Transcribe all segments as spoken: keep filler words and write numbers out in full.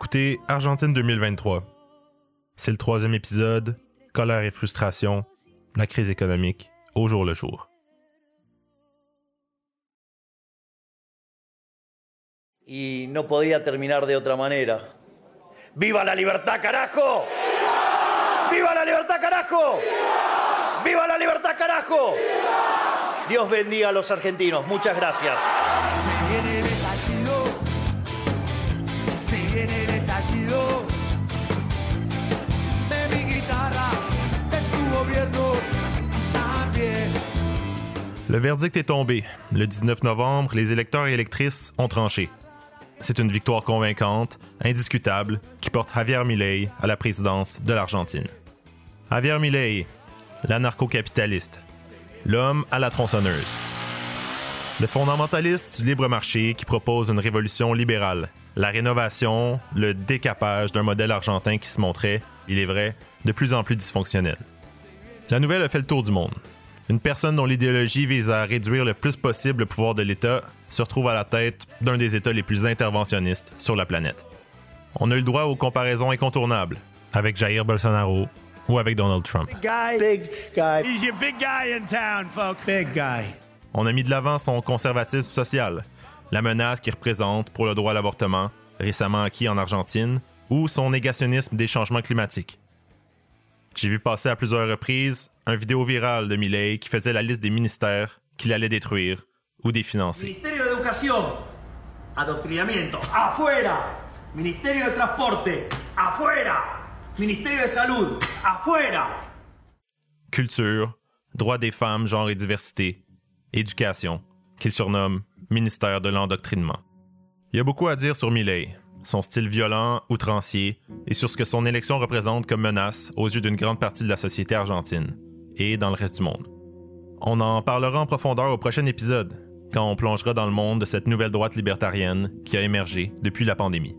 écoutez Argentine deux mille vingt-trois. C'est le troisième épisode, colère et frustration, la crise économique, au jour le jour. Y no podía terminar de otra manera. ¡Viva la libertad, carajo! ¡Viva la libertad, carajo! ¡Viva la libertad, carajo! Dios bendiga a los argentinos. Muchas gracias. Se viene el estallido, se viene el estallido de mi guitarra, de tu gobierno también. Le verdict est tombé. Le dix-neuf novembre, les électeurs et électrices ont tranché. C'est une victoire convaincante, indiscutable, qui porte Javier Milei à la présidence de l'Argentine. Javier Milei, l'anarcho-capitaliste, l'homme à la tronçonneuse. Le fondamentaliste du libre marché qui propose une révolution libérale, la rénovation, le décapage d'un modèle argentin qui se montrait, il est vrai, de plus en plus dysfonctionnel. La nouvelle a fait le tour du monde. Une personne dont l'idéologie vise à réduire le plus possible le pouvoir de l'État se retrouve à la tête d'un des États les plus interventionnistes sur la planète. On a eu le droit aux comparaisons incontournables avec Jair Bolsonaro ou avec Donald Trump. Big guy. Big guy. He's your big guy in town, folks. Big guy. On a mis de l'avant son conservatisme social, la menace qu'il représente pour le droit à l'avortement, récemment acquis en Argentine, ou son négationnisme des changements climatiques. J'ai vu passer à plusieurs reprises un vidéo virale de Milei qui faisait la liste des ministères qu'il allait détruire ou définancer. Ministerio de Educación, adoctrinamiento, afuera. Ministerio de Transporte, afuera. Ministerio de Salud, afuera. Culture, droits des femmes, genre et diversité, éducation, qu'il surnomme ministère de l'endoctrinement. Il y a beaucoup à dire sur Milei, son style violent, outrancier, et sur ce que son élection représente comme menace aux yeux d'une grande partie de la société argentine, et dans le reste du monde. On en parlera en profondeur au prochain épisode, quand on plongera dans le monde de cette nouvelle droite libertarienne qui a émergé depuis la pandémie.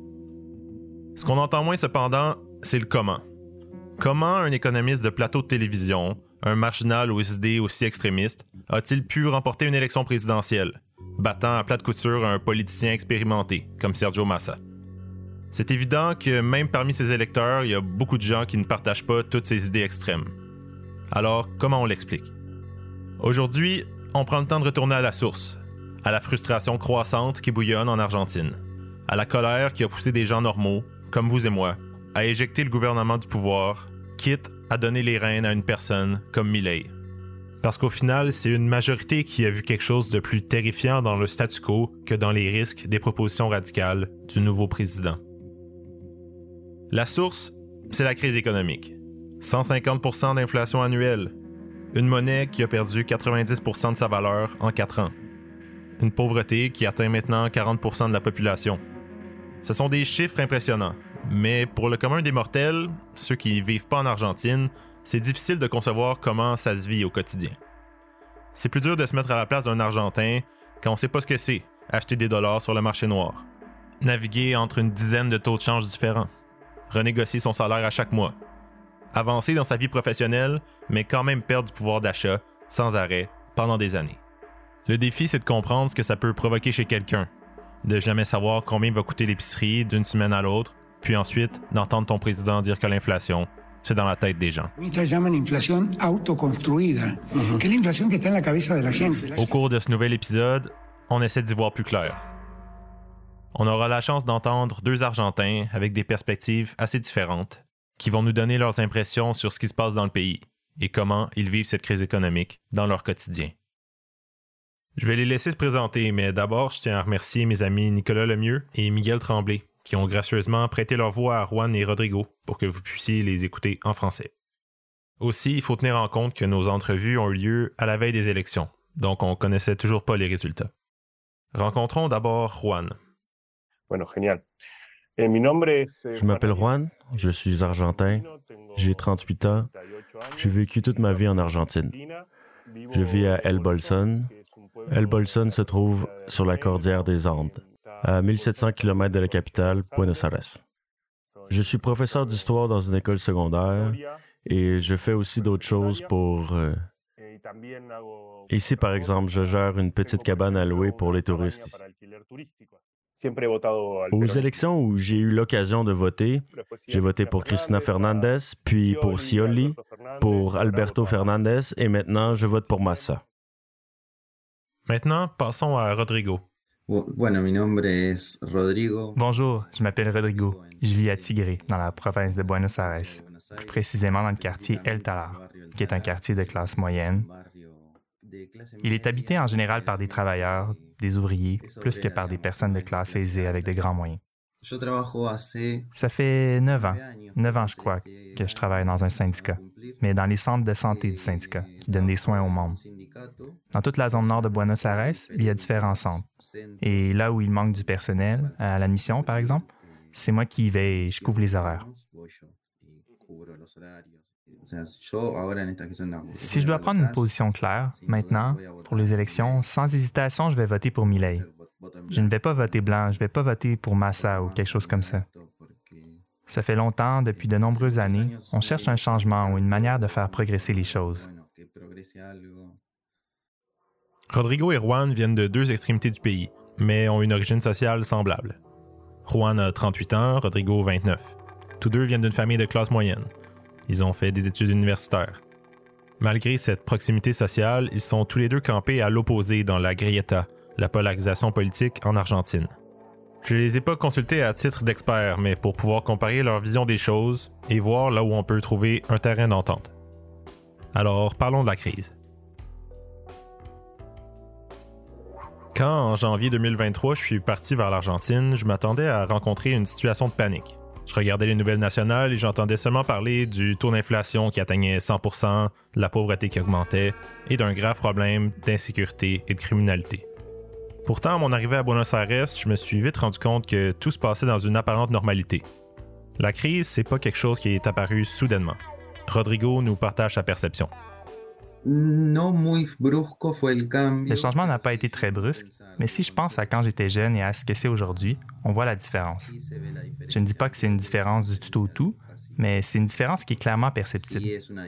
Ce qu'on entend moins cependant, c'est le comment. Comment un économiste de plateau de télévision, un marginal aux idées aussi extrémistes, a-t-il pu remporter une élection présidentielle, battant à plat de couture un politicien expérimenté comme Sergio Massa? C'est évident que même parmi ses électeurs, il y a beaucoup de gens qui ne partagent pas toutes ces idées extrêmes. Alors, comment on l'explique? Aujourd'hui, on prend le temps de retourner à la source, à la frustration croissante qui bouillonne en Argentine, à la colère qui a poussé des gens normaux, comme vous et moi, à éjecter le gouvernement du pouvoir, quitte à donner les rênes à une personne comme Milei. Parce qu'au final, c'est une majorité qui a vu quelque chose de plus terrifiant dans le statu quo que dans les risques des propositions radicales du nouveau président. La source, c'est la crise économique. cent cinquante pour cent d'inflation annuelle. Une monnaie qui a perdu quatre-vingt-dix pour cent de sa valeur en quatre ans. Une pauvreté qui atteint maintenant quarante pour cent de la population. Ce sont des chiffres impressionnants, mais pour le commun des mortels, ceux qui ne vivent pas en Argentine, c'est difficile de concevoir comment ça se vit au quotidien. C'est plus dur de se mettre à la place d'un Argentin quand on ne sait pas ce que c'est, acheter des dollars sur le marché noir, naviguer entre une dizaine de taux de change différents, renégocier son salaire à chaque mois, avancer dans sa vie professionnelle, mais quand même perdre du pouvoir d'achat sans arrêt pendant des années. Le défi, c'est de comprendre ce que ça peut provoquer chez quelqu'un, de jamais savoir combien va coûter l'épicerie d'une semaine à l'autre, puis ensuite d'entendre ton président dire que l'inflation, c'est dans la tête des gens. Au cours de ce nouvel épisode, on essaie d'y voir plus clair. On aura la chance d'entendre deux Argentins avec des perspectives assez différentes qui vont nous donner leurs impressions sur ce qui se passe dans le pays et comment ils vivent cette crise économique dans leur quotidien. Je vais les laisser se présenter, mais d'abord, je tiens à remercier mes amis Nicolas Lemieux et Miguel Tremblay, qui ont gracieusement prêté leur voix à Juan et Rodrigo pour que vous puissiez les écouter en français. Aussi, il faut tenir en compte que nos entrevues ont eu lieu à la veille des élections, donc on ne connaissait toujours pas les résultats. Rencontrons d'abord Juan. Bueno, génial. Eh, mi nombre es, eh, Je m'appelle Juan, je suis argentin, j'ai trente-huit ans, j'ai vécu toute ma vie en Argentine. Je vis à El Bolson. El Bolson se trouve sur la cordillère des Andes, à mille sept cents kilomètres de la capitale, Buenos Aires. Je suis professeur d'histoire dans une école secondaire et je fais aussi d'autres choses pour... Euh... Ici, par exemple, je gère une petite cabane à louer pour les touristes. Aux élections où j'ai eu l'occasion de voter, j'ai voté pour Cristina Fernandez, puis pour Scioli, pour Alberto Fernandez, et maintenant je vote pour Massa. Maintenant, passons à Rodrigo. Bueno, mi nombre es Rodrigo. Bonjour, je m'appelle Rodrigo. Je vis à Tigre, dans la province de Buenos Aires, plus précisément dans le quartier El Talar, qui est un quartier de classe moyenne. Il est habité en général par des travailleurs, des ouvriers, plus que par des personnes de classe aisée avec de grands moyens. Ça fait neuf ans, neuf ans je crois, que je travaille dans un syndicat, mais dans les centres de santé du syndicat, qui donnent des soins aux membres. Dans toute la zone nord de Buenos Aires, il y a différents centres. Et là où il manque du personnel, à l'admission par exemple, c'est moi qui y vais et je couvre les horaires. Si je dois prendre une position claire, maintenant, pour les élections, sans hésitation, je vais voter pour Milei. Je ne vais pas voter blanc, je ne vais pas voter pour Massa ou quelque chose comme ça. Ça fait longtemps, depuis de nombreuses années, on cherche un changement ou une manière de faire progresser les choses. Rodrigo et Juan viennent de deux extrémités du pays, mais ont une origine sociale semblable. Juan a trente-huit ans, Rodrigo vingt-neuf. Tous deux viennent d'une famille de classe moyenne. Ils ont fait des études universitaires. Malgré cette proximité sociale, ils sont tous les deux campés à l'opposé dans la grieta, la polarisation politique en Argentine. Je les ai pas consultés à titre d'experts, mais pour pouvoir comparer leur vision des choses et voir là où on peut trouver un terrain d'entente. Alors, parlons de la crise. Quand, en janvier deux mille vingt-trois, je suis parti vers l'Argentine, je m'attendais à rencontrer une situation de panique. Je regardais les nouvelles nationales et j'entendais seulement parler du taux d'inflation qui atteignait cent pour cent, de la pauvreté qui augmentait et d'un grave problème d'insécurité et de criminalité. Pourtant, à mon arrivée à Buenos Aires, je me suis vite rendu compte que tout se passait dans une apparente normalité. La crise, c'est pas quelque chose qui est apparu soudainement. Rodrigo nous partage sa perception. Le changement n'a pas été très brusque, mais si je pense à quand j'étais jeune et à ce que c'est aujourd'hui, on voit la différence. Je ne dis pas que c'est une différence du tout au tout, mais c'est une différence qui est clairement perceptible.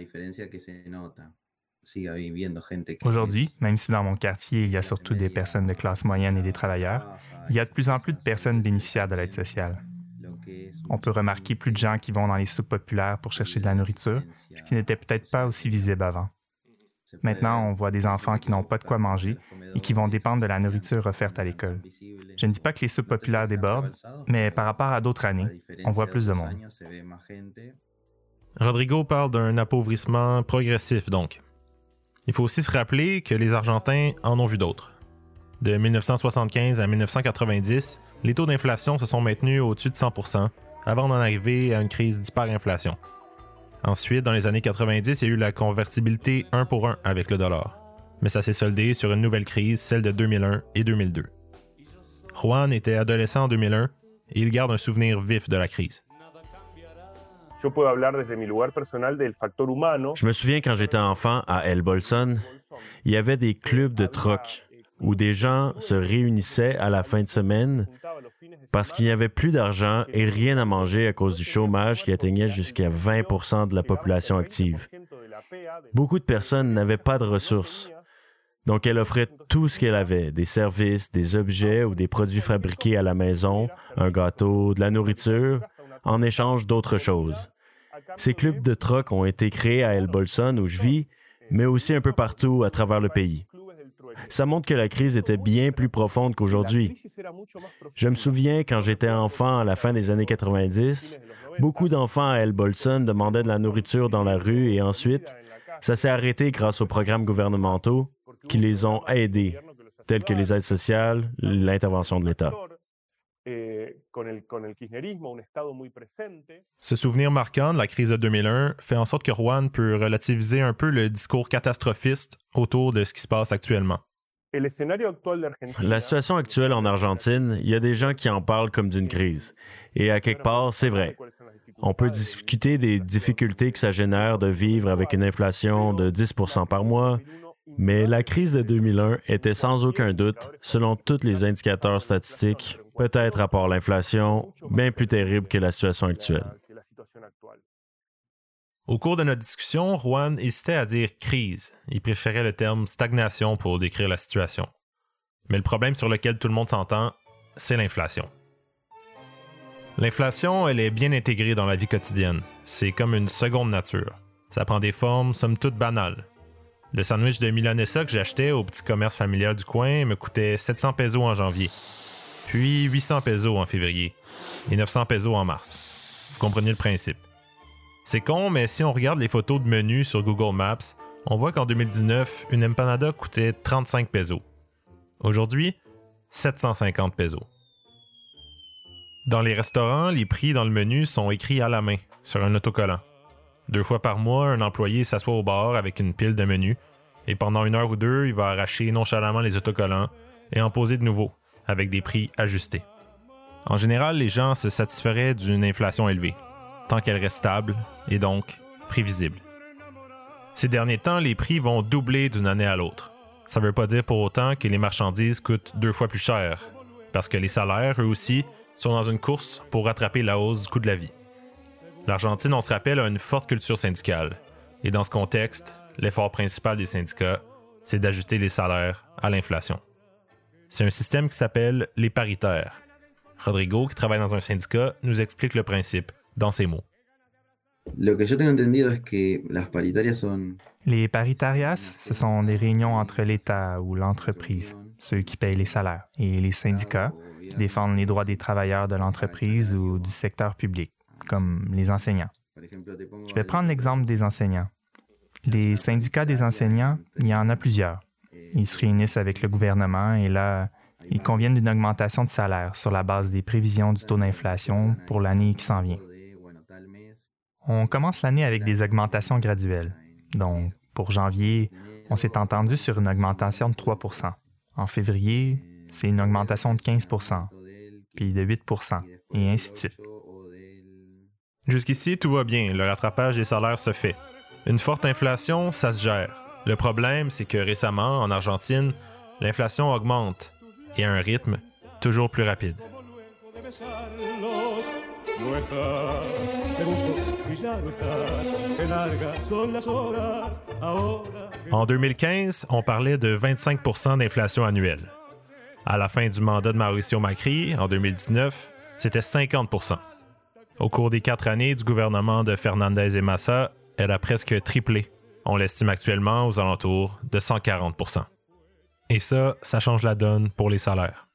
Aujourd'hui, même si dans mon quartier, il y a surtout des personnes de classe moyenne et des travailleurs, il y a de plus en plus de personnes bénéficiaires de l'aide sociale. On peut remarquer plus de gens qui vont dans les soupes populaires pour chercher de la nourriture, ce qui n'était peut-être pas aussi visible avant. Maintenant, on voit des enfants qui n'ont pas de quoi manger et qui vont dépendre de la nourriture offerte à l'école. Je ne dis pas que les soupes populaires débordent, mais par rapport à d'autres années, on voit plus de monde. Rodrigo parle d'un appauvrissement progressif, donc. Il faut aussi se rappeler que les Argentins en ont vu d'autres. De dix-neuf cent soixante-quinze à dix-neuf cent quatre-vingt-dix, les taux d'inflation se sont maintenus au-dessus de cent pour cent avant d'en arriver à une crise d'hyperinflation. Ensuite, dans les années quatre-vingt-dix, il y a eu la convertibilité un pour un avec le dollar. Mais ça s'est soldé sur une nouvelle crise, celle de deux mille un et deux mille deux. Juan était adolescent en deux mille un et il garde un souvenir vif de la crise. Je me souviens quand j'étais enfant à El Bolson, il y avait des clubs de troc où des gens se réunissaient à la fin de semaine parce qu'il n'y avait plus d'argent et rien à manger à cause du chômage qui atteignait jusqu'à vingt pour cent de la population active. Beaucoup de personnes n'avaient pas de ressources, donc elle offrait tout ce qu'elle avait, des services, des objets ou des produits fabriqués à la maison, un gâteau, de la nourriture, en échange d'autres choses. Ces clubs de troc ont été créés à El Bolson où je vis, mais aussi un peu partout à travers le pays. Ça montre que la crise était bien plus profonde qu'aujourd'hui. Je me souviens, quand j'étais enfant à la fin des années quatre-vingt-dix, beaucoup d'enfants à El Bolson demandaient de la nourriture dans la rue et ensuite, ça s'est arrêté grâce aux programmes gouvernementaux qui les ont aidés, tels que les aides sociales, l'intervention de l'État. Ce souvenir marquant de la crise de deux mille un fait en sorte que Juan peut relativiser un peu le discours catastrophiste autour de ce qui se passe actuellement. La situation actuelle en Argentine, il y a des gens qui en parlent comme d'une crise. Et à quelque part, c'est vrai. On peut discuter des difficultés que ça génère de vivre avec une inflation de dix pour cent par mois, mais la crise de deux mille un était sans aucun doute, selon tous les indicateurs statistiques, peut-être à part l'inflation, bien plus terrible que la situation actuelle. Au cours de notre discussion, Juan hésitait à dire « crise ». Il préférait le terme « stagnation » pour décrire la situation. Mais le problème sur lequel tout le monde s'entend, c'est l'inflation. L'inflation, elle est bien intégrée dans la vie quotidienne. C'est comme une seconde nature. Ça prend des formes, somme toute banales. Le sandwich de milanesa que j'achetais au petit commerce familial du coin me coûtait sept cents pesos en janvier, puis huit cents pesos en février et neuf cents pesos en mars. Vous comprenez le principe. C'est con, mais si on regarde les photos de menus sur Google Maps, on voit qu'en deux mille dix-neuf, une empanada coûtait trente-cinq pesos. Aujourd'hui, sept cent cinquante pesos. Dans les restaurants, les prix dans le menu sont écrits à la main, sur un autocollant. Deux fois par mois, un employé s'assoit au bar avec une pile de menus, et pendant une heure ou deux, il va arracher nonchalamment les autocollants et en poser de nouveaux, avec des prix ajustés. En général, les gens se satisferaient d'une inflation élevée, tant qu'elle reste stable et donc prévisible. Ces derniers temps, les prix vont doubler d'une année à l'autre. Ça ne veut pas dire pour autant que les marchandises coûtent deux fois plus cher, parce que les salaires, eux aussi, sont dans une course pour rattraper la hausse du coût de la vie. L'Argentine, on se rappelle, a une forte culture syndicale. Et dans ce contexte, l'effort principal des syndicats, c'est d'ajuster les salaires à l'inflation. C'est un système qui s'appelle les paritaires. Rodrigo, qui travaille dans un syndicat, nous explique le principe dans ces mots. Lo que yo tengo entendido es que las paritarias son... Les paritarias, ce sont des réunions entre l'État ou l'entreprise, ceux qui payent les salaires, et les syndicats, qui défendent les droits des travailleurs de l'entreprise ou du secteur public, comme les enseignants. Je vais prendre l'exemple des enseignants. Les syndicats des enseignants, il y en a plusieurs. Ils se réunissent avec le gouvernement et là, ils conviennent d'une augmentation de salaire sur la base des prévisions du taux d'inflation pour l'année qui s'en vient. On commence l'année avec des augmentations graduelles. Donc, pour janvier, on s'est entendu sur une augmentation de trois pour cent. En février, c'est une augmentation de quinze pour cent, puis de huit pour cent, et ainsi de suite. Jusqu'ici, tout va bien, le rattrapage des salaires se fait. Une forte inflation, ça se gère. Le problème, c'est que récemment, en Argentine, l'inflation augmente, et à un rythme toujours plus rapide. En deux mille quinze, on parlait de vingt-cinq pour cent d'inflation annuelle. À la fin du mandat de Mauricio Macri, en deux mille dix-neuf, c'était cinquante pour cent. Au cours des quatre années du gouvernement de Fernández et Massa, elle a presque triplé. On l'estime actuellement aux alentours de cent quarante pour cent. Et ça, ça change la donne pour les salaires.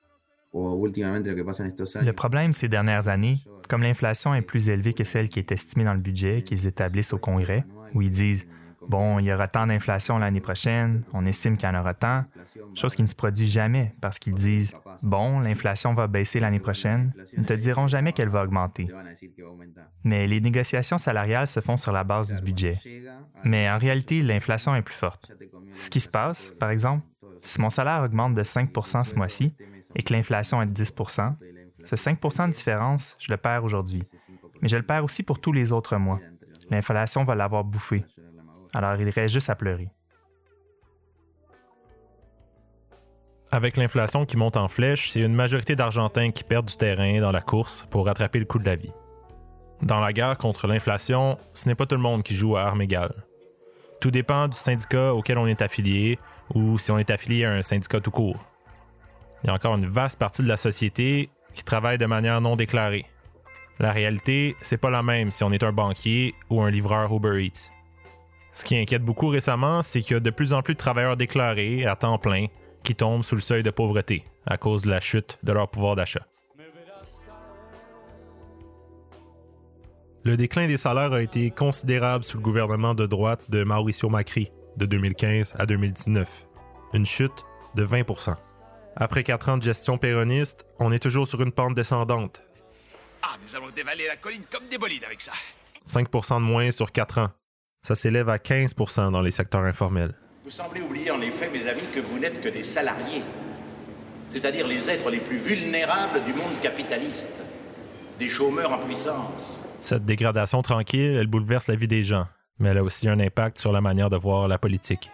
Le problème ces dernières années, comme l'inflation est plus élevée que celle qui est estimée dans le budget qu'ils établissent au Congrès, où ils disent « Bon, il y aura tant d'inflation l'année prochaine, on estime qu'il y en aura tant », chose qui ne se produit jamais parce qu'ils disent « Bon, l'inflation va baisser l'année prochaine », ils ne te diront jamais qu'elle va augmenter. Mais les négociations salariales se font sur la base du budget. Mais en réalité, l'inflation est plus forte. Ce qui se passe, par exemple, si mon salaire augmente de cinq pour cent ce mois-ci et que l'inflation est de dix pour cent, ce cinq pour cent de différence, je le perds aujourd'hui. Mais je le perds aussi pour tous les autres mois. L'inflation va l'avoir bouffé. Alors, il reste juste à pleurer. Avec l'inflation qui monte en flèche, c'est une majorité d'Argentins qui perdent du terrain dans la course pour rattraper le coût de la vie. Dans la guerre contre l'inflation, ce n'est pas tout le monde qui joue à armes égales. Tout dépend du syndicat auquel on est affilié ou si on est affilié à un syndicat tout court. Il y a encore une vaste partie de la société qui travaille de manière non déclarée. La réalité, c'est pas la même si on est un banquier ou un livreur Uber Eats. Ce qui inquiète beaucoup récemment, c'est qu'il y a de plus en plus de travailleurs déclarés à temps plein qui tombent sous le seuil de pauvreté à cause de la chute de leur pouvoir d'achat. Le déclin des salaires a été considérable sous le gouvernement de droite de Mauricio Macri de deux mille quinze à deux mille dix-neuf, une chute de vingt pour cent. Après quatre ans de gestion péroniste, on est toujours sur une pente descendante. Ah, nous allons dévaler la colline comme des bolides avec ça. cinq pour cent de moins sur quatre ans. Ça s'élève à quinze pour cent dans les secteurs informels. Vous semblez oublier en effet, mes amis, que vous n'êtes que des salariés, c'est-à-dire les êtres les plus vulnérables du monde capitaliste, des chômeurs en puissance. Cette dégradation tranquille, elle bouleverse la vie des gens, mais elle a aussi un impact sur la manière de voir la politique.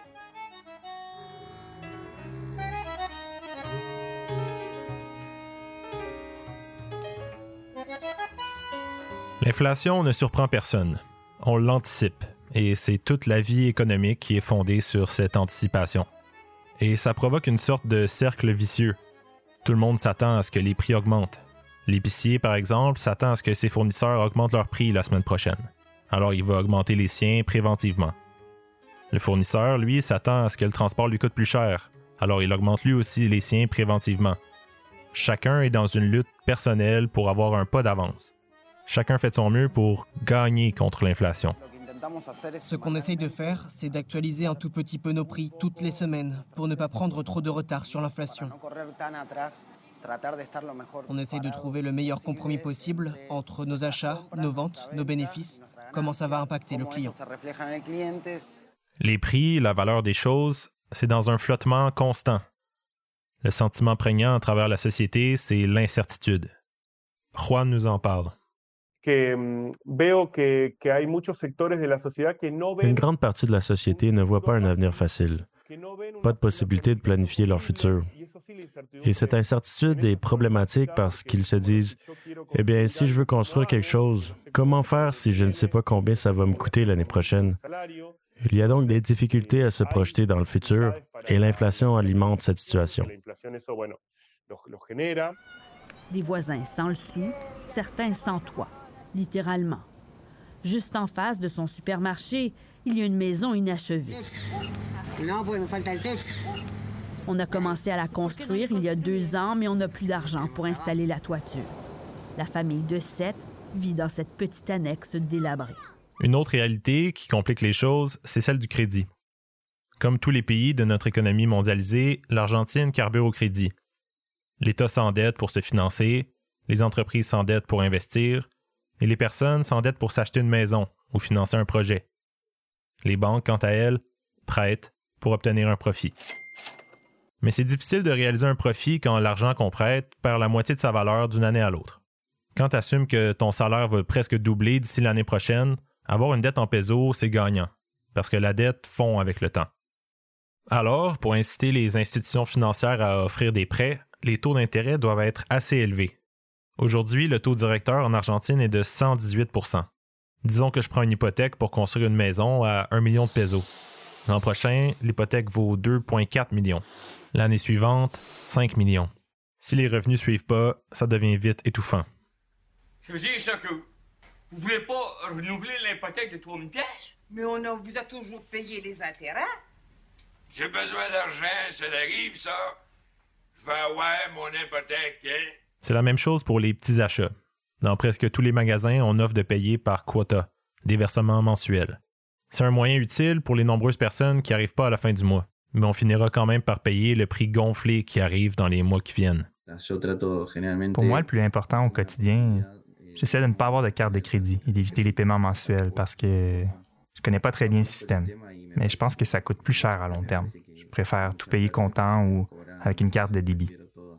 L'inflation ne surprend personne. On l'anticipe, et c'est toute la vie économique qui est fondée sur cette anticipation. Et ça provoque une sorte de cercle vicieux. Tout le monde s'attend à ce que les prix augmentent. L'épicier, par exemple, s'attend à ce que ses fournisseurs augmentent leurs prix la semaine prochaine. Alors il va augmenter les siens préventivement. Le fournisseur, lui, s'attend à ce que le transport lui coûte plus cher. Alors il augmente lui aussi les siens préventivement. Chacun est dans une lutte personnelle pour avoir un pas d'avance. Chacun fait de son mieux pour gagner contre l'inflation. Ce qu'on essaye de faire, c'est d'actualiser un tout petit peu nos prix toutes les semaines pour ne pas prendre trop de retard sur l'inflation. On essaye de trouver le meilleur compromis possible entre nos achats, nos ventes, nos bénéfices, comment ça va impacter le client. Les prix, la valeur des choses, c'est dans un flottement constant. Le sentiment prégnant à travers la société, c'est l'incertitude. Juan nous en parle. Une grande partie de la société ne voit pas un avenir facile, pas de possibilité de planifier leur futur. Et cette incertitude est problématique parce qu'ils se disent « Eh bien, si je veux construire quelque chose, comment faire si je ne sais pas combien ça va me coûter l'année prochaine? » Il y a donc des difficultés à se projeter dans le futur et l'inflation alimente cette situation. Des voisins sans le sou, certains sans toit, littéralement. Juste en face de son supermarché, il y a une maison inachevée. On a commencé à la construire il y a deux ans, mais on n'a plus d'argent pour installer la toiture. La famille de sept vit dans cette petite annexe délabrée. Une autre réalité qui complique les choses, c'est celle du crédit. Comme tous les pays de notre économie mondialisée, l'Argentine carbure au crédit. L'État s'endette pour se financer, les entreprises s'endettent pour investir, et les personnes s'endettent pour s'acheter une maison ou financer un projet. Les banques, quant à elles, prêtent pour obtenir un profit. Mais c'est difficile de réaliser un profit quand l'argent qu'on prête perd la moitié de sa valeur d'une année à l'autre. Quand tu assumes que ton salaire va presque doubler d'ici l'année prochaine, avoir une dette en pesos, c'est gagnant, parce que la dette fond avec le temps. Alors, pour inciter les institutions financières à offrir des prêts, les taux d'intérêt doivent être assez élevés. Aujourd'hui, le taux directeur en Argentine est de cent dix-huit pour cent. Disons que je prends une hypothèque pour construire une maison à un million de pesos. L'an prochain, l'hypothèque vaut deux virgule quatre millions. L'année suivante, cinq millions. Si les revenus ne suivent pas, ça devient vite étouffant. Ça veut dire ça que vous voulez pas renouveler l'hypothèque de trois mille piastres? Mais on a, vous a toujours payé les intérêts. J'ai besoin d'argent, ça arrive, ça. Je vais avoir mon hypothèque, hein? C'est la même chose pour les petits achats. Dans presque tous les magasins, on offre de payer par quota, des versements mensuels. C'est un moyen utile pour les nombreuses personnes qui n'arrivent pas à la fin du mois, mais on finira quand même par payer le prix gonflé qui arrive dans les mois qui viennent. Pour moi, le plus important au quotidien, j'essaie de ne pas avoir de carte de crédit et d'éviter les paiements mensuels parce que je connais pas très bien le système. Mais je pense que ça coûte plus cher à long terme. Je préfère tout payer comptant ou avec une carte de débit.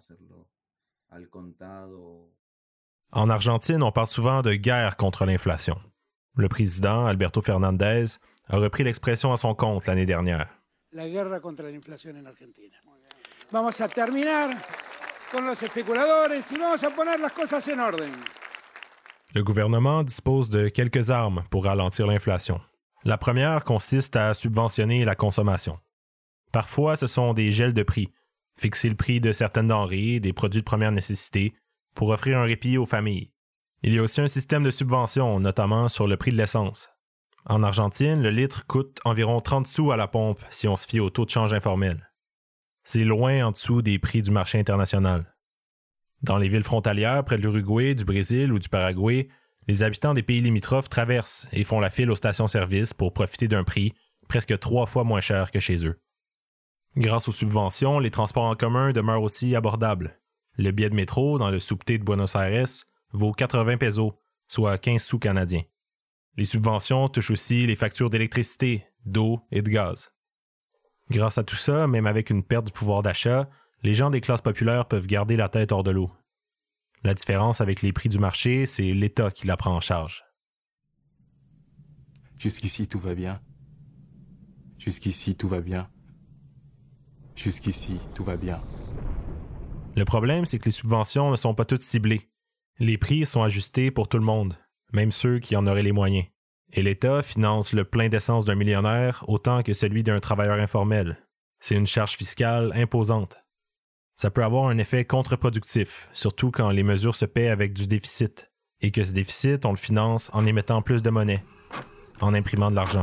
En Argentine, on parle souvent de guerre contre l'inflation. Le président, Alberto Fernandez, a repris l'expression à son compte l'année dernière. La guerra contra la inflación en Argentina. Vamos a terminar con los especuladores y vamos a poner las cosas en orden. Le gouvernement dispose de quelques armes pour ralentir l'inflation. La première consiste à subventionner la consommation. Parfois, ce sont des gels de prix, fixer le prix de certaines denrées, des produits de première nécessité, pour offrir un répit aux familles. Il y a aussi un système de subvention, notamment sur le prix de l'essence. En Argentine, le litre coûte environ trente sous à la pompe si on se fie au taux de change informel. C'est loin en dessous des prix du marché international. Dans les villes frontalières près de l'Uruguay, du Brésil ou du Paraguay, les habitants des pays limitrophes traversent et font la file aux stations-service pour profiter d'un prix presque trois fois moins cher que chez eux. Grâce aux subventions, les transports en commun demeurent aussi abordables. Le billet de métro dans le subté de Buenos Aires vaut quatre-vingts pesos, soit quinze sous canadiens. Les subventions touchent aussi les factures d'électricité, d'eau et de gaz. Grâce à tout ça, même avec une perte du pouvoir d'achat, les gens des classes populaires peuvent garder la tête hors de l'eau. La différence avec les prix du marché, c'est l'État qui la prend en charge. Jusqu'ici, tout va bien. Jusqu'ici, tout va bien. Jusqu'ici, tout va bien. Le problème, c'est que les subventions ne sont pas toutes ciblées. Les prix sont ajustés pour tout le monde, même ceux qui en auraient les moyens. Et l'État finance le plein d'essence d'un millionnaire autant que celui d'un travailleur informel. C'est une charge fiscale imposante. Ça peut avoir un effet contre-productif, surtout quand les mesures se paient avec du déficit, et que ce déficit, on le finance en émettant plus de monnaie, en imprimant de l'argent.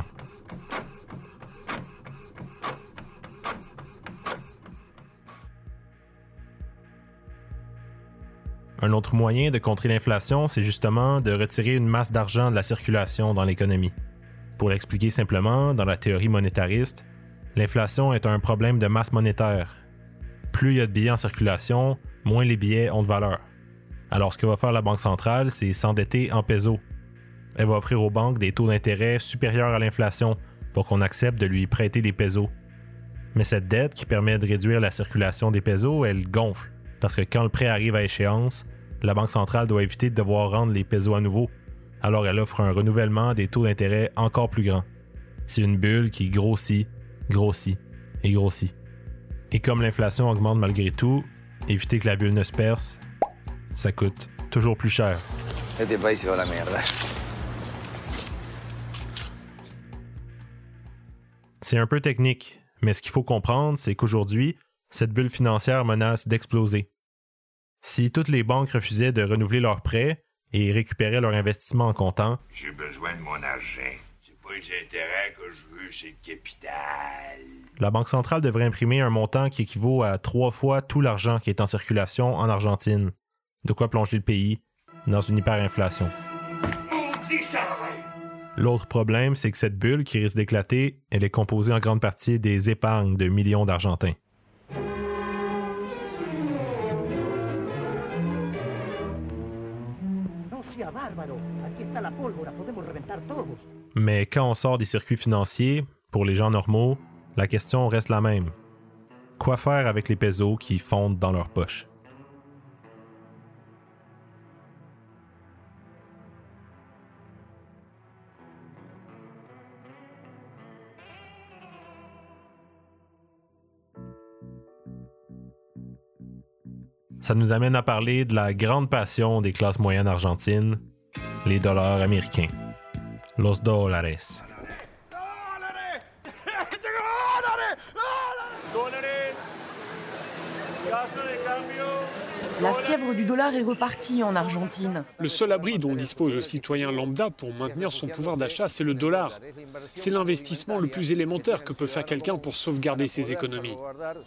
Un autre moyen de contrer l'inflation, c'est justement de retirer une masse d'argent de la circulation dans l'économie. Pour l'expliquer simplement, dans la théorie monétariste, l'inflation est un problème de masse monétaire. Plus il y a de billets en circulation, moins les billets ont de valeur. Alors ce que va faire la Banque centrale, c'est s'endetter en pesos. Elle va offrir aux banques des taux d'intérêt supérieurs à l'inflation pour qu'on accepte de lui prêter des pesos. Mais cette dette qui permet de réduire la circulation des pesos, elle gonfle. Parce que quand le prêt arrive à échéance, la Banque centrale doit éviter de devoir rendre les pesos à nouveau. Alors elle offre un renouvellement des taux d'intérêt encore plus grand. C'est une bulle qui grossit, grossit et grossit. Et comme l'inflation augmente malgré tout, éviter que la bulle ne se perce, ça coûte toujours plus cher. Este país se va a la mierda. C'est un peu technique, mais ce qu'il faut comprendre, c'est qu'aujourd'hui, cette bulle financière menace d'exploser. Si toutes les banques refusaient de renouveler leurs prêts et récupéraient leur investissement en comptant, j'ai besoin de mon argent. C'est pas les intérêts que je veux, c'est le capital. La Banque centrale devrait imprimer un montant qui équivaut à trois fois tout l'argent qui est en circulation en Argentine. De quoi plonger le pays dans une hyperinflation. Maudit cerveau! L'autre problème, c'est que cette bulle qui risque d'éclater, elle est composée en grande partie des épargnes de millions d'Argentins. Mais quand on sort des circuits financiers, pour les gens normaux, la question reste la même. Quoi faire avec les pesos qui fondent dans leurs poches? Ça nous amène à parler de la grande passion des classes moyennes argentines, les dollars américains. Los dólares. La fièvre du dollar est repartie en Argentine. Le seul abri dont dispose le citoyen lambda pour maintenir son pouvoir d'achat, c'est le dollar. C'est l'investissement le plus élémentaire que peut faire quelqu'un pour sauvegarder ses économies.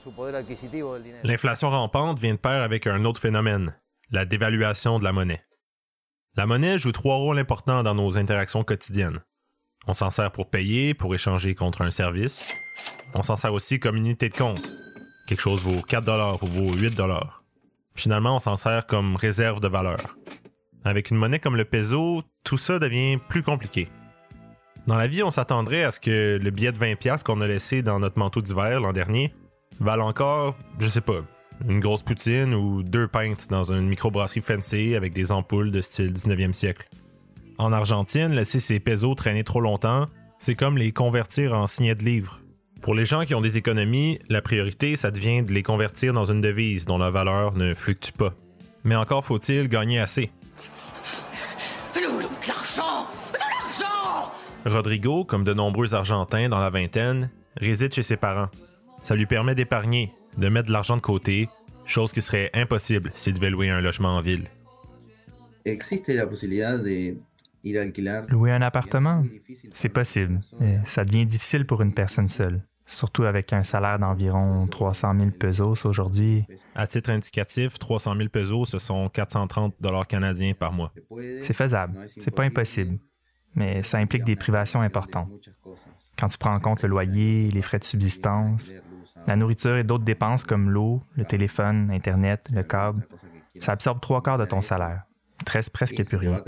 L'inflation rampante vient de pair avec un autre phénomène, la dévaluation de la monnaie. La monnaie joue trois rôles importants dans nos interactions quotidiennes. On s'en sert pour payer, pour échanger contre un service. On s'en sert aussi comme unité de compte. Quelque chose vaut quatre dollars ou vaut huit dollars. Finalement, on s'en sert comme réserve de valeur. Avec une monnaie comme le peso, tout ça devient plus compliqué. Dans la vie, on s'attendrait à ce que le billet de vingt piastres qu'on a laissé dans notre manteau d'hiver l'an dernier vale encore, je sais pas, une grosse poutine ou deux pintes dans une microbrasserie fancy avec des ampoules de style dix-neuvième siècle. En Argentine, laisser ces pesos traîner trop longtemps, c'est comme les convertir en signets de livres. Pour les gens qui ont des économies, la priorité, ça devient de les convertir dans une devise dont la valeur ne fluctue pas. Mais encore faut-il gagner assez. Nous voulons de l'argent! De l'argent! Rodrigo, comme de nombreux Argentins dans la vingtaine, réside chez ses parents. Ça lui permet d'épargner, de mettre de l'argent de côté, chose qui serait impossible s'il devait louer un logement en ville. Existe la possibilidad de ir a alquilar. Louer un appartement, c'est possible, mais ça devient difficile pour une personne seule. Surtout avec un salaire d'environ trois cent mille pesos aujourd'hui. À titre indicatif, trois cent mille pesos, ce sont quatre cent trente dollars canadiens par mois. C'est faisable, c'est pas impossible, mais ça implique des privations importantes. Quand tu prends en compte le loyer, les frais de subsistance, la nourriture et d'autres dépenses comme l'eau, le téléphone, Internet, le câble, ça absorbe trois quarts de ton salaire. Il te reste presque plus rien.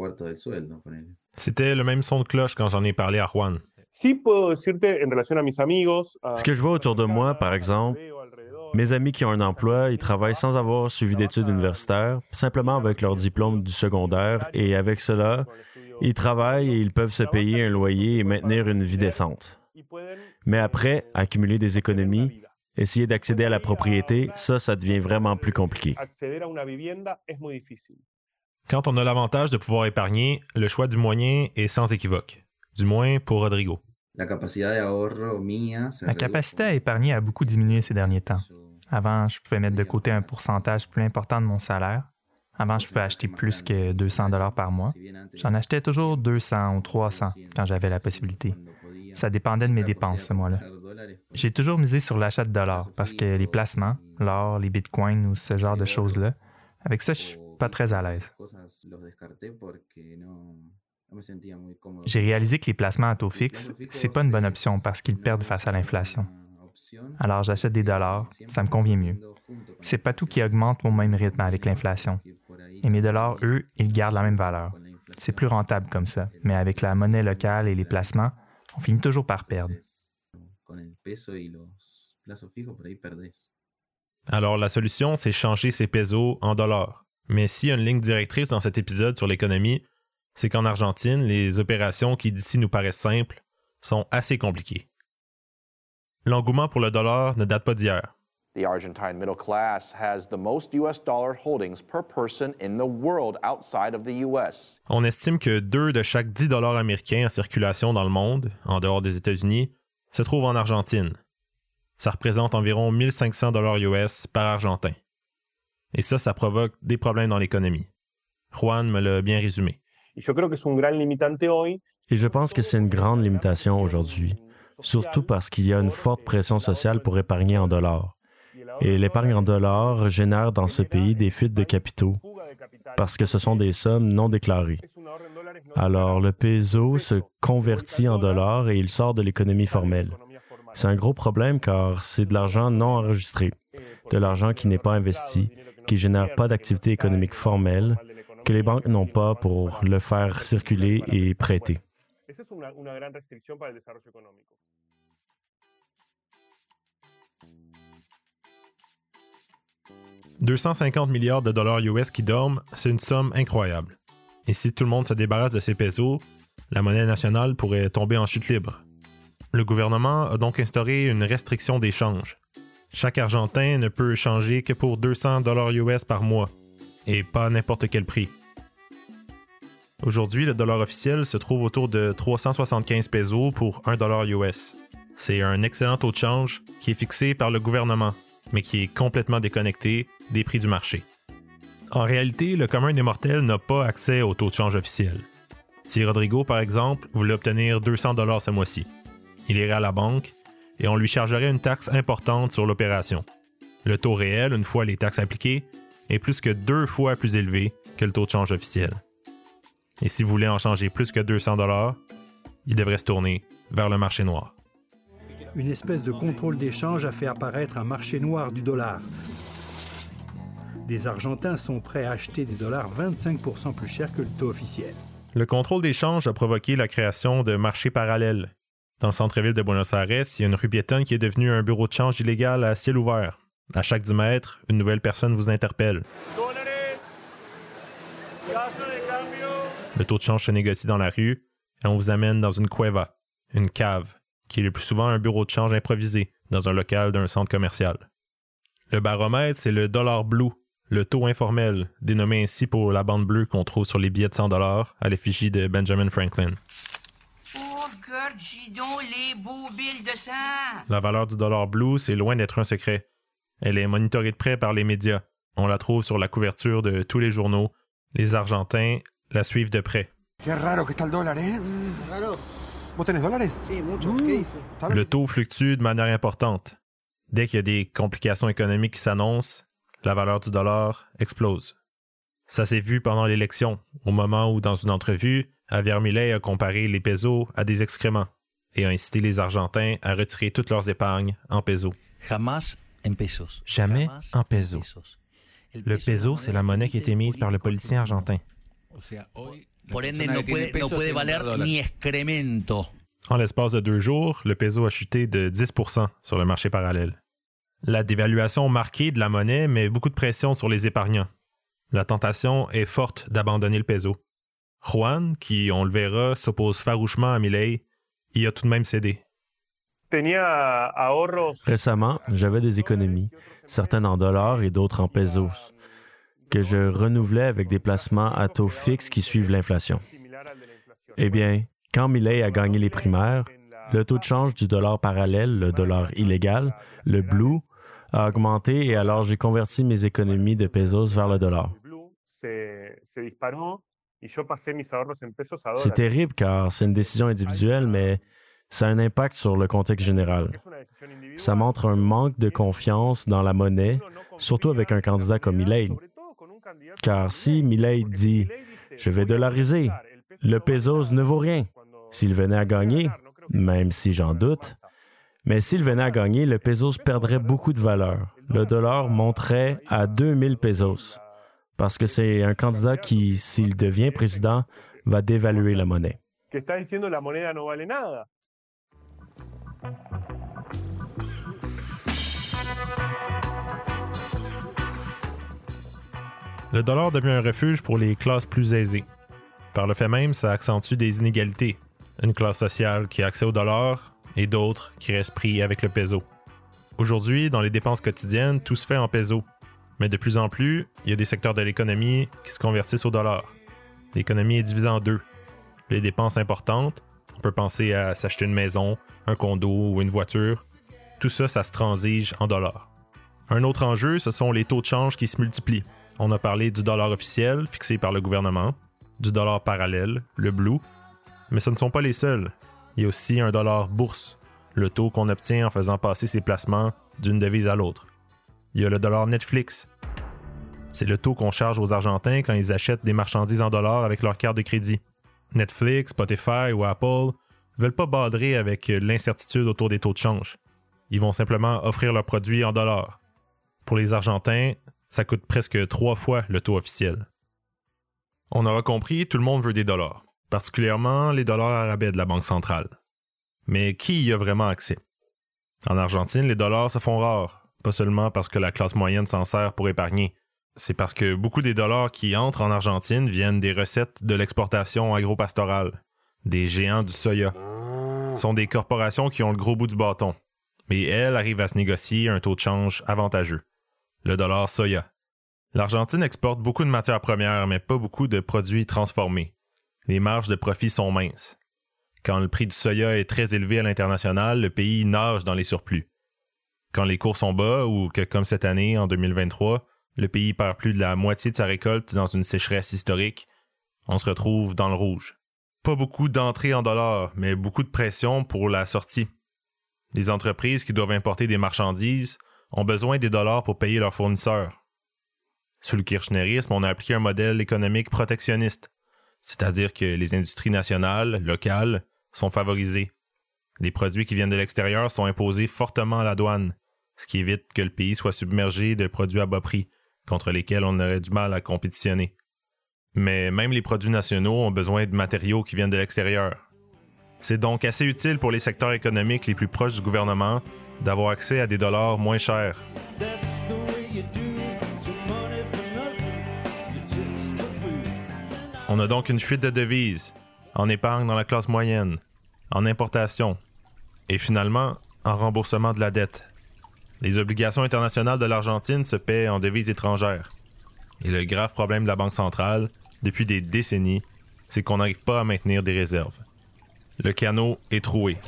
C'était le même son de cloche quand j'en ai parlé à Juan. Sí puedo decirte en relación a mis amigos. Ce que je vois autour de moi, par exemple, mes amis qui ont un emploi, ils travaillent sans avoir suivi d'études universitaires, simplement avec leur diplôme du secondaire, et avec cela, ils travaillent et ils peuvent se payer un loyer et maintenir une vie décente. Mais après, accumuler des économies, essayer d'accéder à la propriété, ça, ça devient vraiment plus compliqué. Quand on a l'avantage de pouvoir épargner, le choix du moyen est sans équivoque. Du moins pour Rodrigo. Ma capacité à épargner a beaucoup diminué ces derniers temps. Avant, je pouvais mettre de côté un pourcentage plus important de mon salaire. Avant, je pouvais acheter plus que deux cents dollars par mois. J'en achetais toujours deux cents ou trois cents quand j'avais la possibilité. Ça dépendait de mes dépenses ce mois-là. J'ai toujours misé sur l'achat de dollars parce que les placements, l'or, les bitcoins ou ce genre de choses-là, avec ça, je suis pas très à l'aise. J'ai réalisé que les placements à taux fixe, c'est pas une bonne option parce qu'ils perdent face à l'inflation. Alors j'achète des dollars, ça me convient mieux. C'est pas tout qui augmente au même rythme avec l'inflation. Et mes dollars, eux, ils gardent la même valeur. C'est plus rentable comme ça, mais avec la monnaie locale et les placements, on finit toujours par perdre. Alors la solution, c'est changer ces pesos en dollars. Mais s'il y a une ligne directrice dans cet épisode sur l'économie, c'est qu'en Argentine, les opérations qui d'ici nous paraissent simples sont assez compliquées. L'engouement pour le dollar ne date pas d'hier. The Argentine middle class has the most U S dollar holdings per person in the world outside of the U S. On estime que deux de chaque dix dollars américains en circulation dans le monde, en dehors des États-Unis, se trouvent en Argentine. Ça représente environ mille cinq cents dollars U S par Argentin. Et ça, ça provoque des problèmes dans l'économie. Juan me l'a bien résumé. Et je pense que c'est une grande limitation aujourd'hui, surtout parce qu'il y a une forte pression sociale pour épargner en dollars. Et l'épargne en dollars génère dans ce pays des fuites de capitaux, parce que ce sont des sommes non déclarées. Alors, le peso se convertit en dollars et il sort de l'économie formelle. C'est un gros problème car c'est de l'argent non enregistré, de l'argent qui n'est pas investi, qui ne génère pas d'activité économique formelle, que les banques n'ont pas pour le faire circuler et prêter. deux cent cinquante milliards de dollars U S qui dorment, c'est une somme incroyable. Et si tout le monde se débarrasse de ces pesos, la monnaie nationale pourrait tomber en chute libre. Le gouvernement a donc instauré une restriction d'échange. Chaque Argentin ne peut échanger que pour deux cents dollars U S par mois, et pas à n'importe quel prix. Aujourd'hui, le dollar officiel se trouve autour de trois cent soixante-quinze pesos pour un dollar U S. C'est un excellent taux de change qui est fixé par le gouvernement, mais qui est complètement déconnecté des prix du marché. En réalité, le commun des mortels n'a pas accès au taux de change officiel. Si Rodrigo, par exemple, voulait obtenir deux cents dollars ce mois-ci, il irait à la banque et on lui chargerait une taxe importante sur l'opération. Le taux réel, une fois les taxes appliquées, est plus que deux fois plus élevé que le taux de change officiel. Et s'il voulait en changer plus que deux cents dollars, il devrait se tourner vers le marché noir. Une espèce de contrôle d'échange a fait apparaître un marché noir du dollar. Des Argentins sont prêts à acheter des dollars vingt-cinq pour cent plus cher que le taux officiel. Le contrôle d'échange a provoqué la création de marchés parallèles. Dans le centre-ville de Buenos Aires, il y a une rue piétonne qui est devenue un bureau de change illégal à ciel ouvert. À chaque dix mètres, une nouvelle personne vous interpelle. Le taux de change se négocie dans la rue et on vous amène dans une cueva, une cave, qui est le plus souvent un bureau de change improvisé dans un local d'un centre commercial. Le baromètre, c'est le dollar blue, le taux informel, dénommé ainsi pour la bande bleue qu'on trouve sur les billets de cent dollars à l'effigie de Benjamin Franklin. Oh, regarde, dis donc les beaux billes de sang! La valeur du dollar blue, c'est loin d'être un secret. Elle est monitorée de près par les médias. On la trouve sur la couverture de tous les journaux. Les Argentins la suivent de près. Qué raro que está el dólar, eh? Raro. ¿Vos tenés dólares? Sí, mucho. ¿Qué dice? Le taux fluctue de manière importante. Dès qu'il y a des complications économiques qui s'annoncent, la valeur du dollar explose. Ça s'est vu pendant l'élection, au moment où, dans une entrevue, Javier Milei a comparé les pesos à des excréments et a incité les Argentins à retirer toutes leurs épargnes en pesos. Jamás en pesos. Jamais en pesos. Le peso, c'est la monnaie qui est émise par le politicien argentin. Por ende, no puede, no puede valer ni excremento. En l'espace de deux jours, le peso a chuté de dix pour cent sur le marché parallèle. La dévaluation marquée de la monnaie met beaucoup de pression sur les épargnants. La tentation est forte d'abandonner le peso. Juan, qui, on le verra, s'oppose farouchement à Milei, y a tout de même cédé. Récemment, j'avais des économies, certaines en dollars et d'autres en pesos, que je renouvelais avec des placements à taux fixe qui suivent l'inflation. Eh bien, quand Milei a gagné les primaires, le taux de change du dollar parallèle, le dollar illégal, le blue, a augmenté et alors j'ai converti mes économies de pesos vers le dollar. C'est terrible car c'est une décision individuelle, mais ça a un impact sur le contexte général. Ça montre un manque de confiance dans la monnaie, surtout avec un candidat comme Milei. Car si Milei dit « je vais dollariser », le pesos ne vaut rien. S'il venait à gagner, même si j'en doute, mais s'il venait à gagner, le pesos perdrait beaucoup de valeur. Le dollar monterait à deux mille pesos, parce que c'est un candidat qui, s'il devient président, va dévaluer la monnaie. Le dollar devient un refuge pour les classes plus aisées. Par le fait même, ça accentue des inégalités. Une classe sociale qui a accès au dollar et d'autres qui restent pris avec le peso. Aujourd'hui, dans les dépenses quotidiennes, tout se fait en peso. Mais de plus en plus, il y a des secteurs de l'économie qui se convertissent au dollar. L'économie est divisée en deux. Les dépenses importantes, on peut penser à s'acheter une maison, un condo ou une voiture. Tout ça, ça se transige en dollars. Un autre enjeu, ce sont les taux de change qui se multiplient. On a parlé du dollar officiel, fixé par le gouvernement, du dollar parallèle, le blue, mais ce ne sont pas les seuls. Il y a aussi un dollar bourse, le taux qu'on obtient en faisant passer ses placements d'une devise à l'autre. Il y a le dollar Netflix. C'est le taux qu'on charge aux Argentins quand ils achètent des marchandises en dollars avec leur carte de crédit. Netflix, Spotify ou Apple veulent pas badrer avec l'incertitude autour des taux de change. Ils vont simplement offrir leurs produits en dollars. Pour les Argentins, ça coûte presque trois fois le taux officiel. On aura compris, tout le monde veut des dollars, particulièrement les dollars arabais de la Banque centrale. Mais qui y a vraiment accès? En Argentine, les dollars se font rares, pas seulement parce que la classe moyenne s'en sert pour épargner. C'est parce que beaucoup des dollars qui entrent en Argentine viennent des recettes de l'exportation agro-pastorale, des géants du soya. Ce sont des corporations qui ont le gros bout du bâton, mais elles arrivent à se négocier un taux de change avantageux. Le dollar soya. L'Argentine exporte beaucoup de matières premières, mais pas beaucoup de produits transformés. Les marges de profit sont minces. Quand le prix du soya est très élevé à l'international, le pays nage dans les surplus. Quand les cours sont bas, ou que comme cette année, en deux mille vingt-trois, le pays perd plus de la moitié de sa récolte dans une sécheresse historique, on se retrouve dans le rouge. Pas beaucoup d'entrées en dollars, mais beaucoup de pression pour la sortie. Les entreprises qui doivent importer des marchandises ont besoin des dollars pour payer leurs fournisseurs. Sous le kirchnerisme, on a appliqué un modèle économique protectionniste, c'est-à-dire que les industries nationales, locales, sont favorisées. Les produits qui viennent de l'extérieur sont imposés fortement à la douane, ce qui évite que le pays soit submergé de produits à bas prix, contre lesquels on aurait du mal à compétitionner. Mais même les produits nationaux ont besoin de matériaux qui viennent de l'extérieur. C'est donc assez utile pour les secteurs économiques les plus proches du gouvernement d'avoir accès à des dollars moins chers. On a donc une fuite de devises, en épargne dans la classe moyenne, en importation, et finalement en remboursement de la dette. Les obligations internationales de l'Argentine se paient en devises étrangères. Et le grave problème de la Banque centrale, depuis des décennies, c'est qu'on n'arrive pas à maintenir des réserves. Le canot est troué.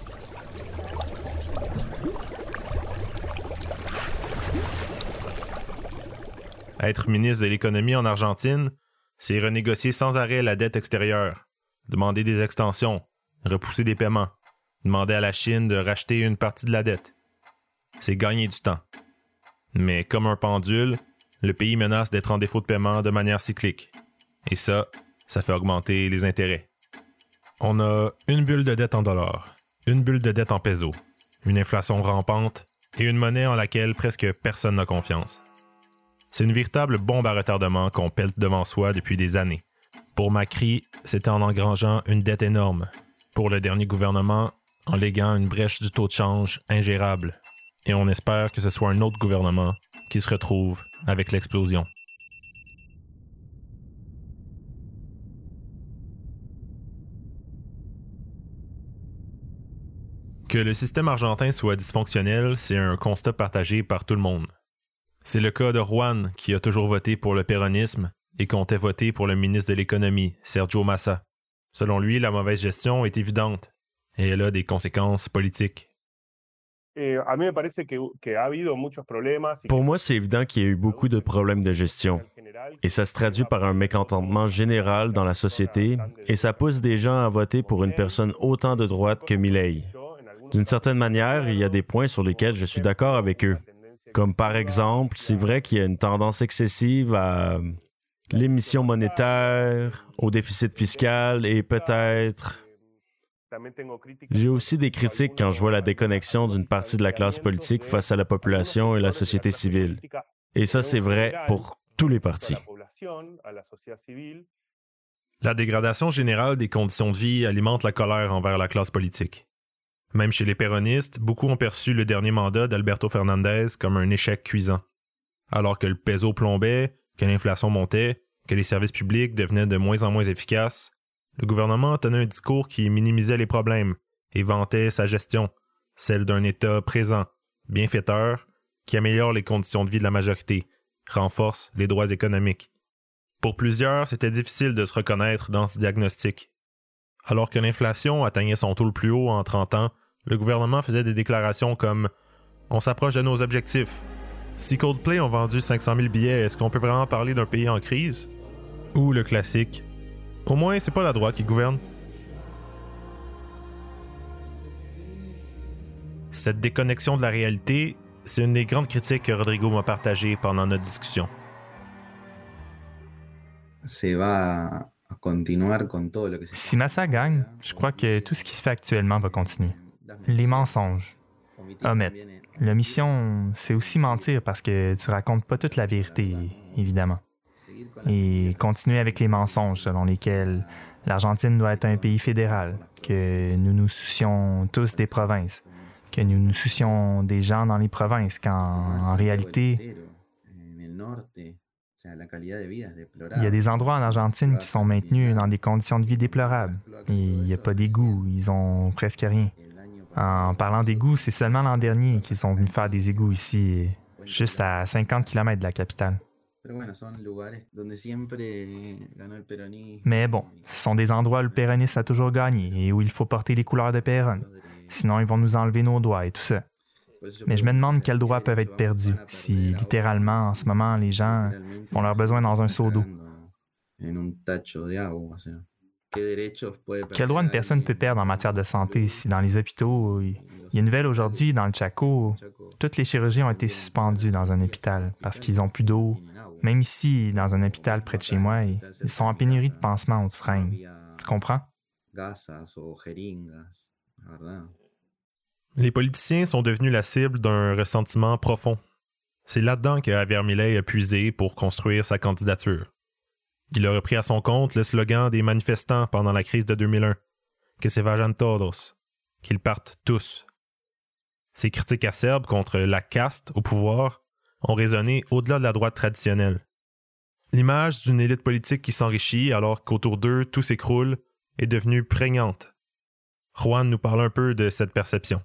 Être ministre de l'économie en Argentine, c'est renégocier sans arrêt la dette extérieure, demander des extensions, repousser des paiements, demander à la Chine de racheter une partie de la dette. C'est gagner du temps. Mais comme un pendule, le pays menace d'être en défaut de paiement de manière cyclique. Et ça, ça fait augmenter les intérêts. On a une bulle de dette en dollars, une bulle de dette en pesos, une inflation rampante et une monnaie en laquelle presque personne n'a confiance. C'est une véritable bombe à retardement qu'on pèle devant soi depuis des années. Pour Macri, c'était en engrangeant une dette énorme. Pour le dernier gouvernement, en léguant une brèche du taux de change ingérable. Et on espère que ce soit un autre gouvernement qui se retrouve avec l'explosion. Que le système argentin soit dysfonctionnel, c'est un constat partagé par tout le monde. C'est le cas de Juan, qui a toujours voté pour le péronisme et comptait voter pour le ministre de l'Économie, Sergio Massa. Selon lui, la mauvaise gestion est évidente et elle a des conséquences politiques. Pour moi, c'est évident qu'il y a eu beaucoup de problèmes de gestion. Et ça se traduit par un mécontentement général dans la société, et ça pousse des gens à voter pour une personne autant de droite que Milei. D'une certaine manière, il y a des points sur lesquels je suis d'accord avec eux. Comme par exemple, c'est vrai qu'il y a une tendance excessive à l'émission monétaire, au déficit fiscal et peut-être... J'ai aussi des critiques quand je vois la déconnexion d'une partie de la classe politique face à la population et la société civile. Et ça, c'est vrai pour tous les partis. La dégradation générale des conditions de vie alimente la colère envers la classe politique. Même chez les péronistes, beaucoup ont perçu le dernier mandat d'Alberto Fernandez comme un échec cuisant. Alors que le peso plombait, que l'inflation montait, que les services publics devenaient de moins en moins efficaces, le gouvernement tenait un discours qui minimisait les problèmes et vantait sa gestion, celle d'un État présent, bienfaiteur, qui améliore les conditions de vie de la majorité, renforce les droits économiques. Pour plusieurs, c'était difficile de se reconnaître dans ce diagnostic. Alors que l'inflation atteignait son taux le plus haut en trente ans, le gouvernement faisait des déclarations comme « On s'approche de nos objectifs. Si Coldplay ont vendu cinq cent mille billets, est-ce qu'on peut vraiment parler d'un pays en crise? » Ou le classique « Au moins, c'est pas la droite qui gouverne. » Cette déconnexion de la réalité, c'est une des grandes critiques que Rodrigo m'a partagées pendant notre discussion. Se va a continuar con todo lo que se... Si Massa gagne, je crois que tout ce qui se fait actuellement va continuer. Les mensonges. Omettre. L'omission, c'est aussi mentir parce que tu racontes pas toute la vérité, évidemment. Et continuer avec les mensonges selon lesquels l'Argentine doit être un pays fédéral, que nous nous soucions tous des provinces, que nous nous soucions des gens dans les provinces, quand en réalité, il y a des endroits en Argentine qui sont maintenus dans des conditions de vie déplorables. Et il n'y a pas d'égouts, ils ont presque rien. En parlant d'égouts, c'est seulement l'an dernier qu'ils sont venus faire des égouts ici, juste à cinquante kilomètres de la capitale. Mais bon, ce sont des endroits où le péronisme a toujours gagné et où il faut porter les couleurs de Perón. Sinon, ils vont nous enlever nos doigts et tout ça. Mais je me demande quels droits peuvent être perdus si, littéralement, en ce moment, les gens font leurs besoins dans un seau d'eau. Quel droit une personne peut perdre en matière de santé si dans les hôpitaux, il y a une nouvelle aujourd'hui, dans le Chaco, toutes les chirurgies ont été suspendues dans un hôpital parce qu'ils n'ont plus d'eau. Même ici, dans un hôpital près de chez moi, ils sont en pénurie de pansements ou de seringues. Tu comprends? Les politiciens sont devenus la cible d'un ressentiment profond. C'est là-dedans que Javier Milei a puisé pour construire sa candidature. Il a repris à son compte le slogan des manifestants pendant la crise de deux mille un, « Que se vayan todos », qu'ils partent tous. Ces critiques acerbes contre la caste au pouvoir ont résonné au-delà de la droite traditionnelle. L'image d'une élite politique qui s'enrichit alors qu'autour d'eux tout s'écroule est devenue prégnante. Juan nous parle un peu de cette perception.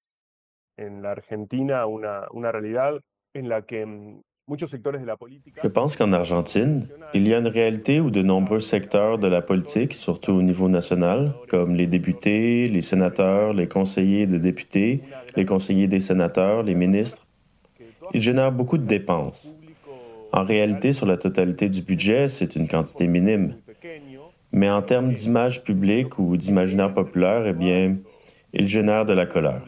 Je pense qu'en Argentine, il y a une réalité où de nombreux secteurs de la politique, surtout au niveau national, comme les députés, les sénateurs, les conseillers de députés, les conseillers des sénateurs, les ministres, ils génèrent beaucoup de dépenses. En réalité, sur la totalité du budget, c'est une quantité minime. Mais en termes d'image publique ou d'imaginaire populaire, eh bien, ils génèrent de la colère.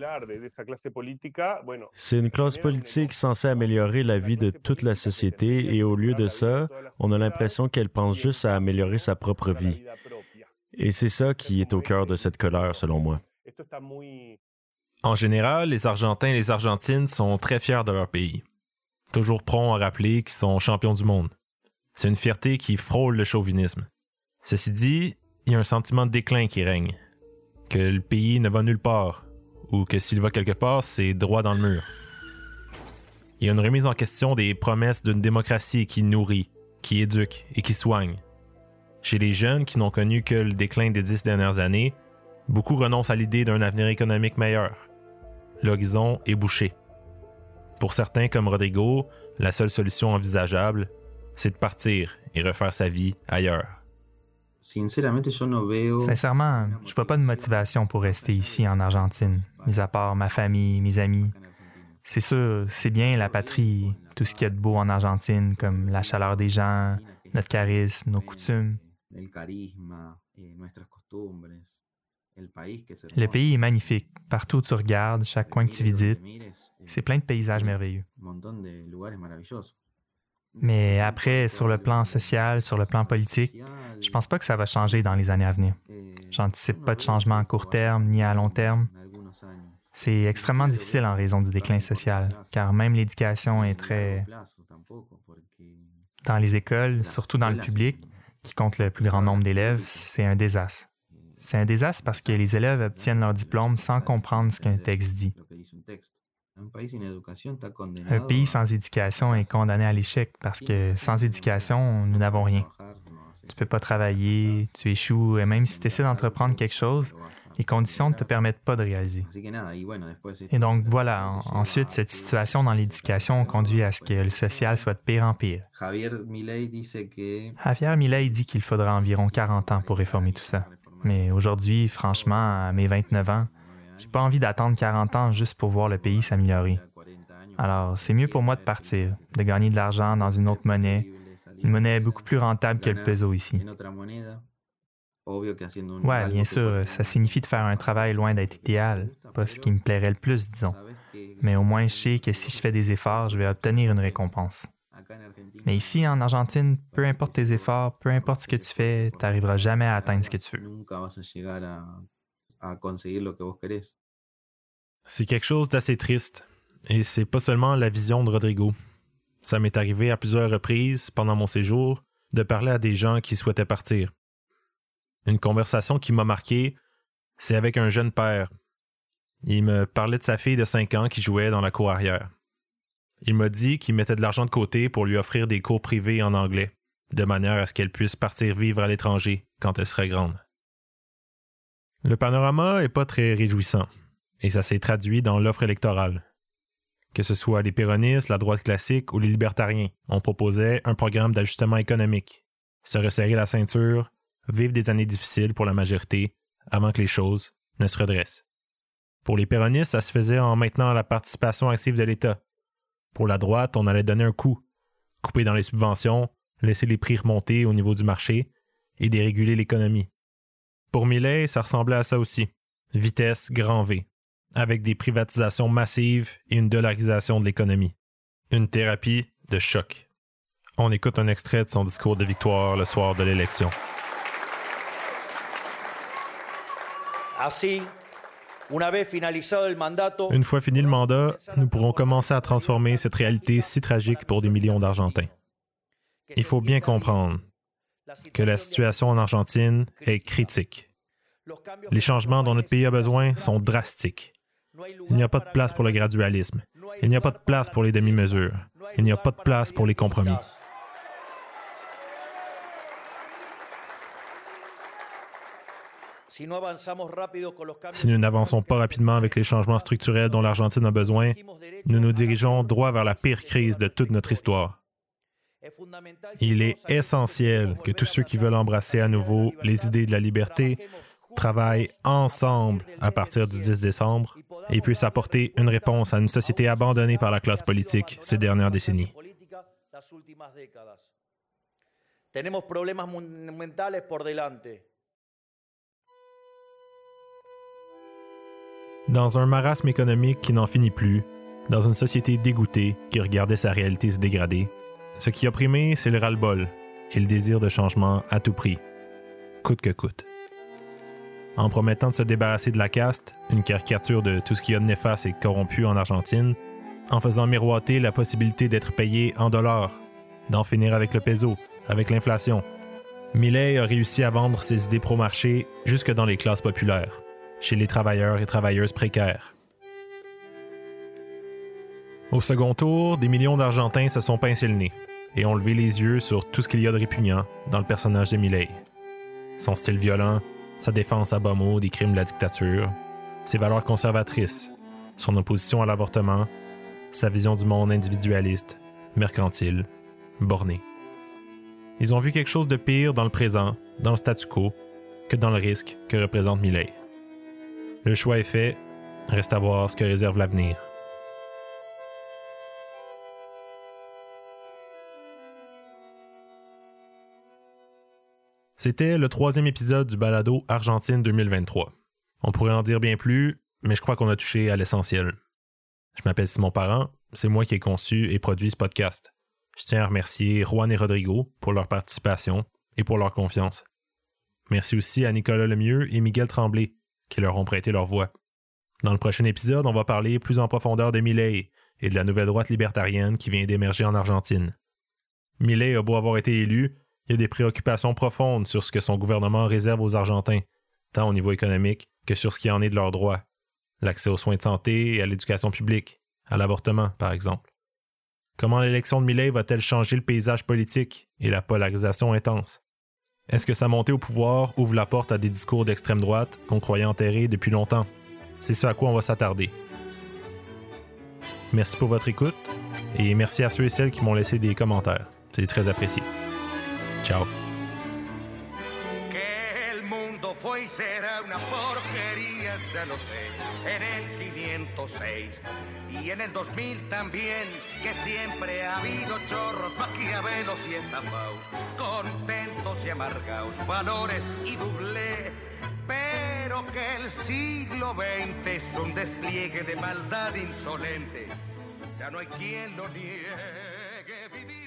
C'est une classe politique censée améliorer la vie de toute la société et au lieu de ça, on a l'impression qu'elle pense juste à améliorer sa propre vie. Et c'est ça qui est au cœur de cette colère, selon moi. En général, les Argentins et les Argentines sont très fiers de leur pays. Toujours prompts à rappeler qu'ils sont champions du monde. C'est une fierté qui frôle le chauvinisme. Ceci dit, il y a un sentiment de déclin qui règne. Que le pays ne va nulle part, ou que s'il va quelque part, c'est droit dans le mur. Il y a une remise en question des promesses d'une démocratie qui nourrit, qui éduque et qui soigne. Chez les jeunes qui n'ont connu que le déclin des dix dernières années, beaucoup renoncent à l'idée d'un avenir économique meilleur. L'horizon est bouché. Pour certains comme Rodrigo, la seule solution envisageable, c'est de partir et refaire sa vie ailleurs. Sincèrement, je vois pas de motivation pour rester ici en Argentine. mis à part ma famille, mes amis. C'est sûr, c'est bien la patrie, tout ce qu'il y a de beau en Argentine, comme la chaleur des gens, notre charisme, nos coutumes. Le pays est magnifique. Partout où tu regardes, chaque coin que tu visites, c'est plein de paysages merveilleux. Mais après, sur le plan social, sur le plan politique, je pense pas que ça va changer dans les années à venir. J'anticipe pas de changement à court terme ni à long terme. C'est extrêmement difficile en raison du déclin social, car même l'éducation est très... Dans les écoles, surtout dans le public, qui compte le plus grand nombre d'élèves, c'est un désastre. C'est un désastre parce que les élèves obtiennent leur diplôme sans comprendre ce qu'un texte dit. Un pays sans éducation est condamné à l'échec parce que sans éducation, nous n'avons rien. Tu ne peux pas travailler, tu échoues, et même si tu essaies d'entreprendre quelque chose, les conditions ne te permettent pas de réaliser. Et donc voilà, en, ensuite, cette situation dans l'éducation conduit à ce que le social soit de pire en pire. Javier Milei dit qu'il faudra environ quarante ans pour réformer tout ça. Mais aujourd'hui, franchement, à mes vingt-neuf ans, j'ai pas envie d'attendre quarante ans juste pour voir le pays s'améliorer. Alors, c'est mieux pour moi de partir, de gagner de l'argent dans une autre monnaie, une monnaie beaucoup plus rentable que le peso ici. Ouais, bien sûr, ça signifie de faire un travail loin d'être idéal, pas ce qui me plairait le plus, disons. Mais au moins, je sais que si je fais des efforts, je vais obtenir une récompense. Mais ici, en Argentine, peu importe tes efforts, peu importe ce que tu fais, tu n'arriveras jamais à atteindre ce que tu veux. C'est quelque chose d'assez triste. Et c'est pas seulement la vision de Rodrigo. Ça m'est arrivé à plusieurs reprises, pendant mon séjour, de parler à des gens qui souhaitaient partir. Une conversation qui m'a marqué, c'est avec un jeune père. Il me parlait de sa fille de cinq ans qui jouait dans la cour arrière. Il m'a dit qu'il mettait de l'argent de côté pour lui offrir des cours privés en anglais, de manière à ce qu'elle puisse partir vivre à l'étranger quand elle serait grande. Le panorama n'est pas très réjouissant, et ça s'est traduit dans l'offre électorale. Que ce soit les péronistes, la droite classique ou les libertariens, on proposait un programme d'ajustement économique, se resserrer la ceinture, vivre des années difficiles pour la majorité avant que les choses ne se redressent. Pour les péronistes, ça se faisait en maintenant la participation active de l'État. Pour la droite, on allait donner un coup, couper dans les subventions, laisser les prix remonter au niveau du marché et déréguler l'économie. Pour Milei, ça ressemblait à ça aussi. Vitesse grand V, avec des privatisations massives et une dollarisation de l'économie. Une thérapie de choc. On écoute un extrait de son discours de victoire le soir de l'élection. Así, una vez finalizado el mandato, Une fois fini le mandat, nous pourrons commencer à transformer cette réalité si tragique pour des millions d'Argentins. Il faut bien comprendre que la situation en Argentine est critique. Les changements dont notre pays a besoin sont drastiques. Il n'y a pas de place pour le gradualisme. Il n'y a pas de place pour les demi-mesures. Il n'y a pas de place pour les compromis. Si nous n'avançons pas rapidement avec les changements structurels dont l'Argentine a besoin, nous nous dirigeons droit vers la pire crise de toute notre histoire. Il est essentiel que tous ceux qui veulent embrasser à nouveau les idées de la liberté travaillent ensemble à partir du dix décembre et puissent apporter une réponse à une société abandonnée par la classe politique ces dernières décennies. Tenemos problemas monumentales por delante. Dans un marasme économique qui n'en finit plus, dans une société dégoûtée qui regardait sa réalité se dégrader, ce qui a primé, c'est le ras-le-bol et le désir de changement à tout prix, coûte que coûte. En promettant de se débarrasser de la caste, une caricature de tout ce qu'il y a de néfaste et corrompu en Argentine, en faisant miroiter la possibilité d'être payé en dollars, d'en finir avec le peso, avec l'inflation. Milei a réussi à vendre ses idées pro-marché jusque dans les classes populaires, chez les travailleurs et travailleuses précaires. Au second tour, des millions d'Argentins se sont pincés le nez et ont levé les yeux sur tout ce qu'il y a de répugnant dans le personnage de Milei. Son style violent, sa défense à bas mots des crimes de la dictature, ses valeurs conservatrices, son opposition à l'avortement, sa vision du monde individualiste, mercantile, borné. Ils ont vu quelque chose de pire dans le présent, dans le statu quo, que dans le risque que représente Milei. Le choix est fait, Reste à voir ce que réserve l'avenir. C'était le troisième épisode du balado Argentine deux mille vingt-trois. On pourrait en dire bien plus, mais je crois qu'on a touché à l'essentiel. Je m'appelle Simon Parent, c'est moi qui ai conçu et produit ce podcast. Je tiens à remercier Juan et Rodrigo pour leur participation et pour leur confiance. Merci aussi à Nicolas Lemieux et Miguel Tremblay qui leur ont prêté leur voix. Dans le prochain épisode, on va parler plus en profondeur de Milei et de la nouvelle droite libertarienne qui vient d'émerger en Argentine. Milei a beau avoir été élu, il y a des préoccupations profondes sur ce que son gouvernement réserve aux Argentins, tant au niveau économique que sur ce qui en est de leurs droits. L'accès aux soins de santé et à l'éducation publique, à l'avortement, par exemple. Comment l'élection de Milei va-t-elle changer le paysage politique et la polarisation intense? Est-ce que sa montée au pouvoir ouvre la porte à des discours d'extrême droite qu'on croyait enterrés depuis longtemps? C'est ce à quoi on va s'attarder. Merci pour votre écoute et merci à ceux et celles qui m'ont laissé des commentaires. C'est très apprécié. Ciao. Que el mundo fue y será una porquería, ya lo sé, en el quinientos seis y en el dos mil también, que siempre ha habido chorros, maquiavelos y estafaos, contentos y amargaos, valores y doblé, pero que el siglo veinte es un despliegue de maldad insolente, ya no hay quien lo niegue, vivir.